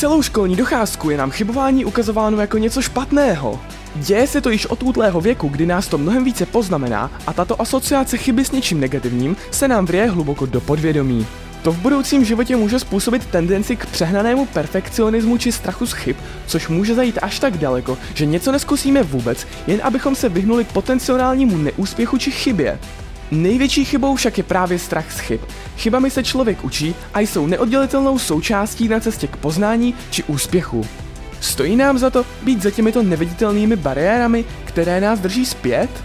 Celou školní docházku je nám chybování ukazováno jako něco špatného. Děje se to již od útlého věku, kdy nás to mnohem více poznamená a tato asociace chyby s něčím negativním se nám vryje hluboko do podvědomí. To v budoucím životě může způsobit tendenci k přehnanému perfekcionismu či strachu z chyb, což může zajít až tak daleko, že něco neskusíme vůbec, jen abychom se vyhnuli potenciálnímu neúspěchu či chybě. Největší chybou však je právě strach z chyb. Chybami se člověk učí a jsou neoddělitelnou součástí na cestě k poznání či úspěchu. Stojí nám za to být za těmito neviditelnými bariérami, které nás drží zpět?